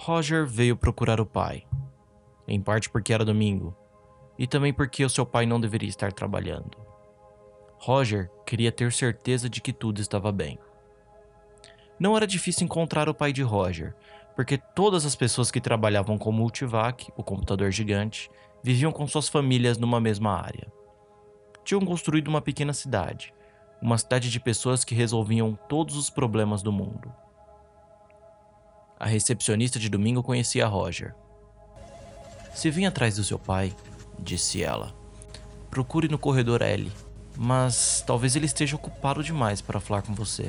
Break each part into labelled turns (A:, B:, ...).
A: Roger veio procurar o pai, em parte porque era domingo, e também porque o seu pai não deveria estar trabalhando. Roger queria ter certeza de que tudo estava bem. Não era difícil encontrar o pai de Roger, porque todas as pessoas que trabalhavam com o Multivac, o computador gigante, viviam com suas famílias numa mesma área. Tinham construído uma pequena cidade, uma cidade de pessoas que resolviam todos os problemas do mundo. A recepcionista de domingo conhecia Roger. "Se vem atrás do seu pai", disse ela, "procure no corredor L, mas talvez ele esteja ocupado demais para falar com você."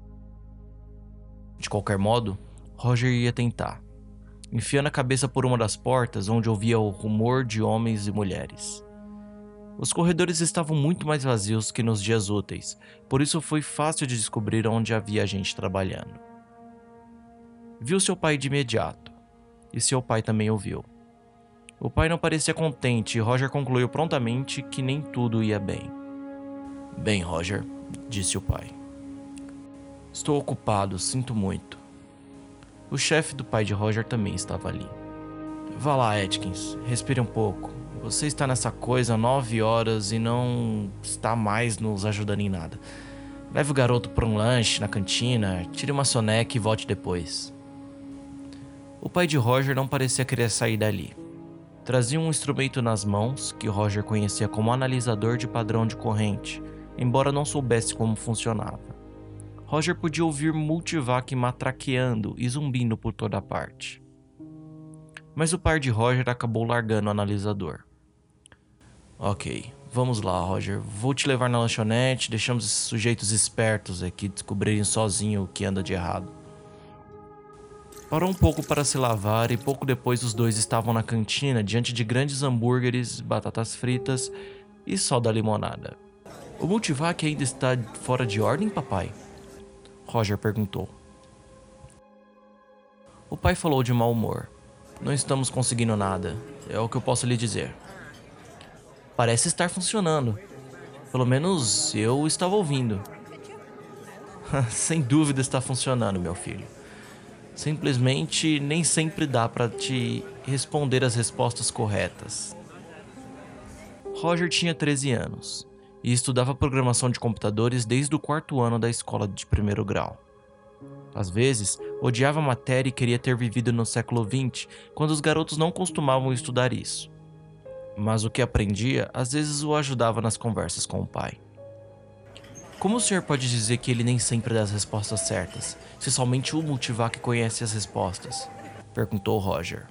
A: De qualquer modo, Roger ia tentar, enfiando a cabeça por uma das portas onde ouvia o rumor de homens e mulheres. Os corredores estavam muito mais vazios que nos dias úteis, por isso foi fácil de descobrir onde havia gente trabalhando. Viu seu pai de imediato, e seu pai também o viu. O pai não parecia contente e Roger concluiu prontamente que nem tudo ia bem. "Bem, Roger", disse o pai. "Estou ocupado, sinto muito." O chefe do pai de Roger também estava ali. "Vá lá, Atkins, respire um pouco. Você está nessa coisa há 9 horas e não está mais nos ajudando em nada. Leve o garoto para um lanche na cantina, tire uma soneca e volte depois." O pai de Roger não parecia querer sair dali. Trazia um instrumento nas mãos que Roger conhecia como analisador de padrão de corrente, embora não soubesse como funcionava. Roger podia ouvir Multivac matraqueando e zumbindo por toda parte. Mas o pai de Roger acabou largando o analisador. "Ok, vamos lá, Roger. Vou te levar na lanchonete, deixamos esses sujeitos espertos aqui descobrirem sozinho o que anda de errado." Parou um pouco para se lavar e pouco depois os dois estavam na cantina diante de grandes hambúrgueres, batatas fritas e só da limonada. "O Multivac ainda está fora de ordem, papai?" Roger perguntou. O pai falou de mau humor. "Não estamos conseguindo nada, é o que eu posso lhe dizer." "Parece estar funcionando. Pelo menos eu estava ouvindo." "Sem dúvida está funcionando, meu filho. Simplesmente nem sempre dá para te responder as respostas corretas." Roger tinha 13 anos e estudava programação de computadores desde o 4º ano da escola de 1º grau. Às vezes, odiava a matéria e queria ter vivido no século XX, quando os garotos não costumavam estudar isso. Mas o que aprendia, às vezes o ajudava nas conversas com o pai. "Como o senhor pode dizer que ele nem sempre dá as respostas certas, se somente o Multivac conhece as respostas?" perguntou Roger.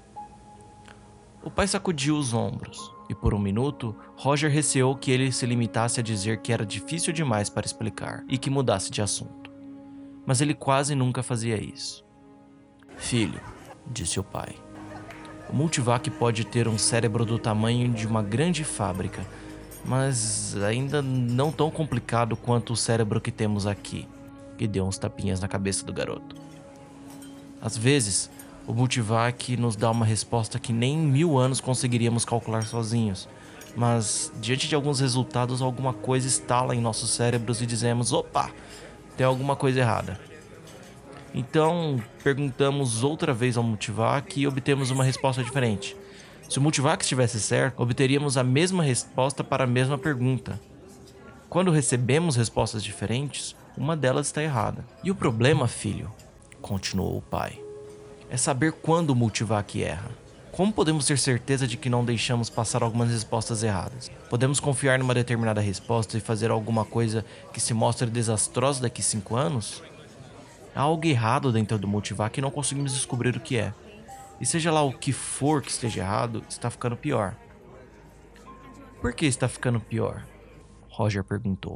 A: O pai sacudiu os ombros, e por um minuto, Roger receou que ele se limitasse a dizer que era difícil demais para explicar e que mudasse de assunto. Mas ele quase nunca fazia isso. "Filho", disse o pai, "o Multivac pode ter um cérebro do tamanho de uma grande fábrica, mas ainda não tão complicado quanto o cérebro que temos aqui." E deu uns tapinhas na cabeça do garoto. "Às vezes, o Multivac nos dá uma resposta que nem em 1000 anos conseguiríamos calcular sozinhos, mas diante de alguns resultados, alguma coisa estala em nossos cérebros e dizemos: opa, tem alguma coisa errada. Então, perguntamos outra vez ao Multivac e obtemos uma resposta diferente. Se o Multivac estivesse certo, obteríamos a mesma resposta para a mesma pergunta. Quando recebemos respostas diferentes, uma delas está errada. E o problema, filho, continuou o pai, é saber quando o Multivac erra. Como podemos ter certeza de que não deixamos passar algumas respostas erradas? Podemos confiar numa determinada resposta e fazer alguma coisa que se mostre desastrosa daqui 5 anos? Há algo errado dentro do Multivac e não conseguimos descobrir o que é. E seja lá o que for que esteja errado, está ficando pior." "Por que está ficando pior?" Roger perguntou.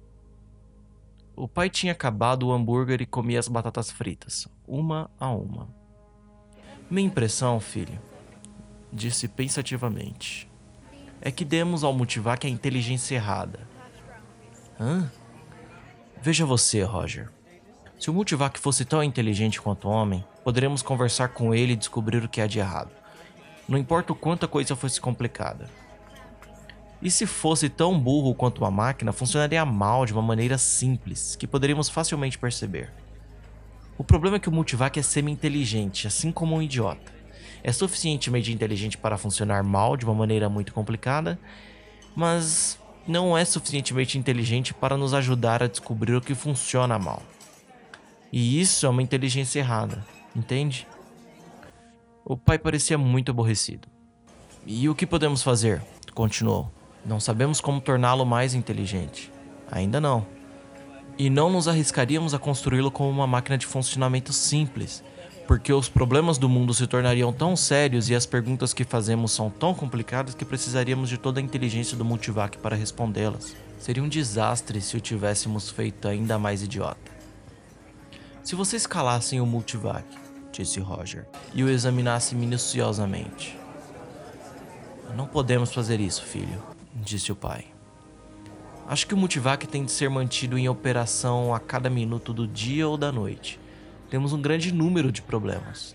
A: O pai tinha acabado o hambúrguer e comia as batatas fritas, uma a uma. "Minha impressão, filho", disse pensativamente, "é que demos ao Multivac a inteligência errada." "Hã?" "Veja você, Roger. Se o Multivac fosse tão inteligente quanto o homem, poderíamos conversar com ele e descobrir o que há de errado. Não importa o quanto a coisa fosse complicada. E se fosse tão burro quanto uma máquina, funcionaria mal de uma maneira simples, que poderíamos facilmente perceber. O problema é que o Multivac é semi-inteligente, assim como um idiota. É suficientemente inteligente para funcionar mal de uma maneira muito complicada, mas não é suficientemente inteligente para nos ajudar a descobrir o que funciona mal. E isso é uma inteligência errada, entende? O pai parecia muito aborrecido. E o que podemos fazer? Continuou. Não sabemos como torná-lo mais inteligente. Ainda não. E não nos arriscaríamos a construí-lo como uma máquina de funcionamento simples, porque os problemas do mundo se tornariam tão sérios e as perguntas que fazemos são tão complicadas que precisaríamos de toda a inteligência do Multivac para respondê-las. Seria um desastre se o tivéssemos feito ainda mais idiota. Se vocês calassem o Multivac, disse Roger, e o examinassem minuciosamente. Não podemos fazer isso, filho, disse o pai. Acho que o Multivac tem de ser mantido em operação a cada minuto do dia ou da noite. Temos um grande número de problemas.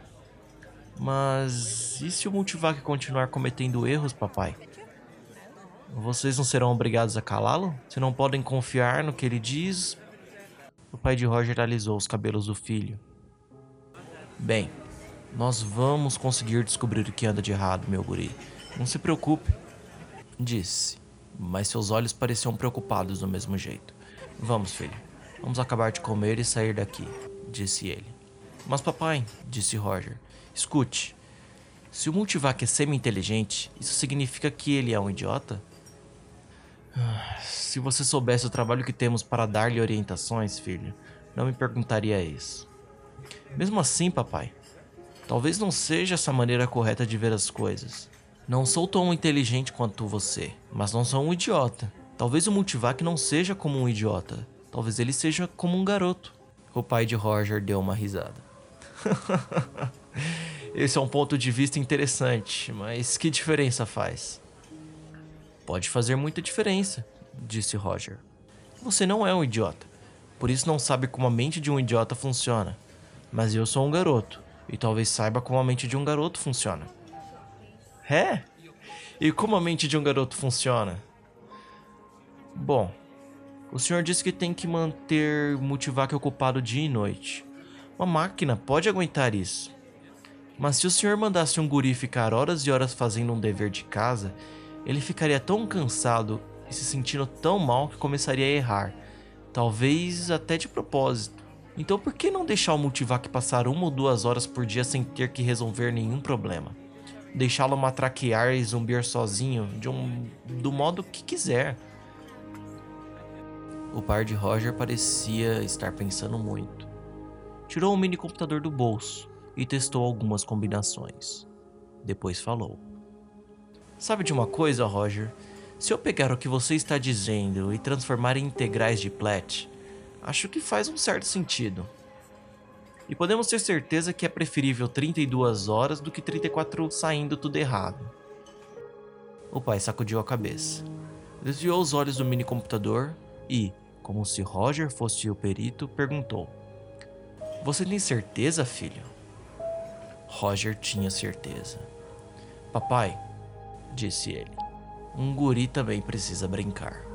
A: Mas e se o Multivac continuar cometendo erros, papai? Vocês não serão obrigados a calá-lo? Se não podem confiar no que ele diz? O pai de Roger alisou os cabelos do filho. Bem, nós vamos conseguir descobrir o que anda de errado, meu guri. Não se preocupe, disse. Mas seus olhos pareciam preocupados do mesmo jeito. Vamos, filho. Vamos acabar de comer e sair daqui, disse ele. Mas papai, disse Roger, escute. Se o Multivac é semi-inteligente, isso significa que ele é um idiota? Se você soubesse o trabalho que temos para dar-lhe orientações, filho, não me perguntaria isso. Mesmo assim, papai, talvez não seja essa a maneira correta de ver as coisas. Não sou tão inteligente quanto você, mas não sou um idiota. Talvez o Multivac não seja como um idiota. Talvez ele seja como um garoto. O pai de Roger deu uma risada. Esse é um ponto de vista interessante, mas que diferença faz? Pode fazer muita diferença, disse Roger. Você não é um idiota, por isso não sabe como a mente de um idiota funciona. Mas eu sou um garoto, e talvez saiba como a mente de um garoto funciona. É? E como a mente de um garoto funciona? Bom, o senhor disse que tem que manter o Multivac ocupado dia e noite. Uma máquina pode aguentar isso. Mas se o senhor mandasse um guri ficar horas e horas fazendo um dever de casa, ele ficaria tão cansado e se sentindo tão mal que começaria a errar. Talvez até de propósito. Então por que não deixar o Multivac passar 1 ou 2 horas por dia sem ter que resolver nenhum problema? Deixá-lo matraquear e zumbir sozinho do modo que quiser. O pai de Roger parecia estar pensando muito. Tirou um mini computador do bolso e testou algumas combinações. Depois falou. Sabe de uma coisa, Roger? Se eu pegar o que você está dizendo e transformar em integrais de Platt, acho que faz um certo sentido. E podemos ter certeza que é preferível 32 horas do que 34 saindo tudo errado. O pai sacudiu a cabeça. Desviou os olhos do mini computador e, como se Roger fosse o perito, perguntou. Você tem certeza, filho? Roger tinha certeza. Papai, disse ele, um guri também precisa brincar.